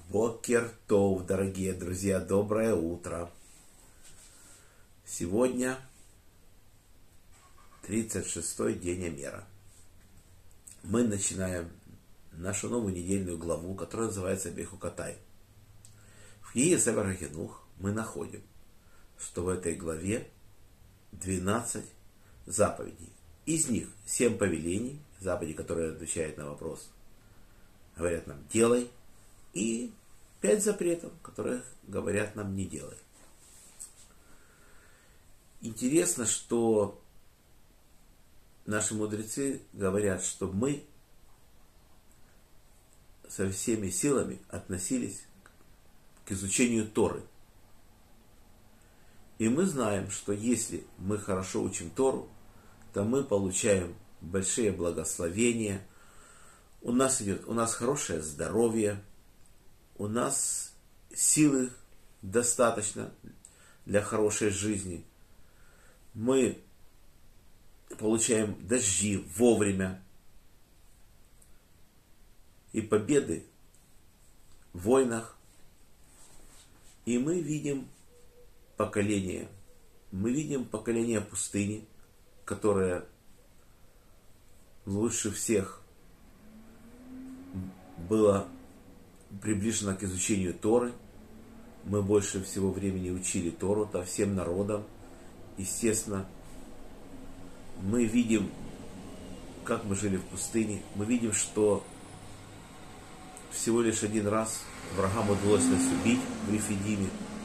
Бокер Тов, дорогие друзья, доброе утро. Сегодня 36-й день Омера. Мы начинаем нашу новую недельную главу, которая называется Бехукатай. В книге Сефер Хинух мы находим, что в этой главе 12 заповедей. Из них 7 повелений, заповеди, которые отвечают на вопрос, говорят нам «делай», и 5 запретов, которые говорят нам «не делай». Интересно, что наши мудрецы говорят, что мы со всеми силами относились к изучению Торы. И мы знаем, что если мы хорошо учим Тору, то мы получаем большие благословения, у нас хорошее здоровье, у нас силы достаточно для хорошей жизни. Мы получаем дожди вовремя и победы в войнах. И мы видим поколение пустыни, которое лучше всех было приближено к изучению Торы. Мы больше всего времени учили Тору, всем народам. Естественно, мы видим, как мы жили в пустыне. Мы видим, что всего лишь один раз врагам удалось нас убить в Рефидиме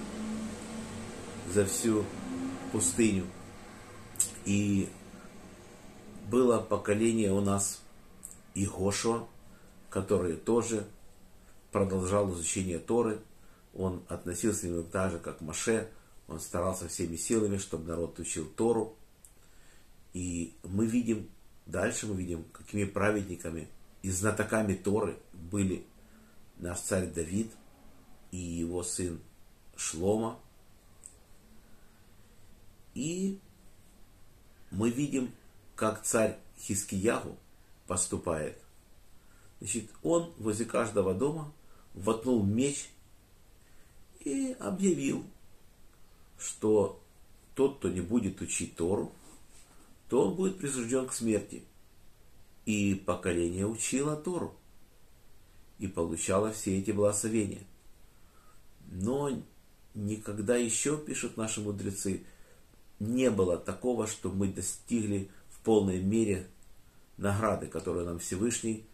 за всю пустыню. И было поколение у нас Иегошуа, который тоже продолжал изучение Торы. Он относился к нему так же, как Моше. Он старался всеми силами, чтобы народ учил Тору. И мы видим, какими праведниками и знатоками Торы были наш царь Давид и его сын Шломо. И мы видим, как царь Хискиягу поступает. Значит, он возле каждого дома воткнул меч и объявил, что тот, кто не будет учить Тору, то он будет присужден к смерти. И поколение учило Тору и получало все эти благословения. Но никогда еще, пишут наши мудрецы, не было такого, что мы достигли в полной мере награды, которую нам Всевышний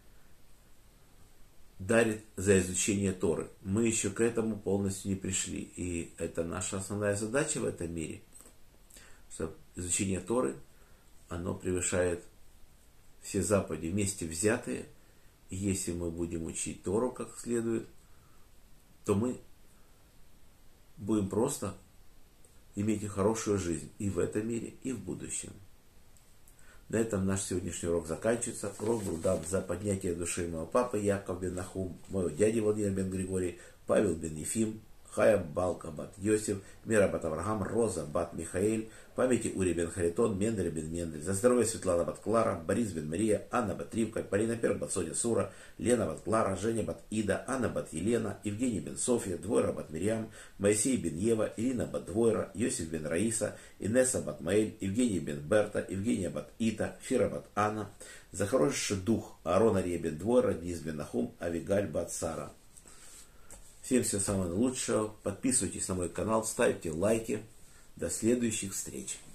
дарит за изучение Торы. Мы еще к этому полностью не пришли. И это наша основная задача в этом мире. Что изучение Торы, оно превышает все заповеди вместе взятые. И если мы будем учить Тору как следует, то мы будем просто иметь хорошую жизнь и в этом мире, и в будущем. На этом наш сегодняшний урок заканчивается. Урок был дан за поднятие души моего папы Яков бен Нахум, моего дяди Владимир бен Григорий, Павел бен Ефим, Хая Балка бат Йосиф, Мира бат Авраам, Роза бат Михаэль, памяти Ури бен Харитон, Мендель бен Мендель, за здоровье Светлана бат Клара, Борис бен Мария, Анна бат Ривка, Полина Перк бат Соня Сура, Лена бат Клара, Женя бат Ида, Анна бат Елена, Евгений бен Софья, Двойра бат Мирьям, Моисей бен Ева, Ирина бат Двойра, Йосиф бен Раиса, Инесса бат Маэль, Евгений бен Берта, Евгения бат Ита, Фира бат Анна, за хороший дух Аарон Ария бен Двойра, Денис бен Нахум, Авигаль бат Сара. Всем всего самого лучшего. Подписывайтесь на мой канал, ставьте лайки. До следующих встреч.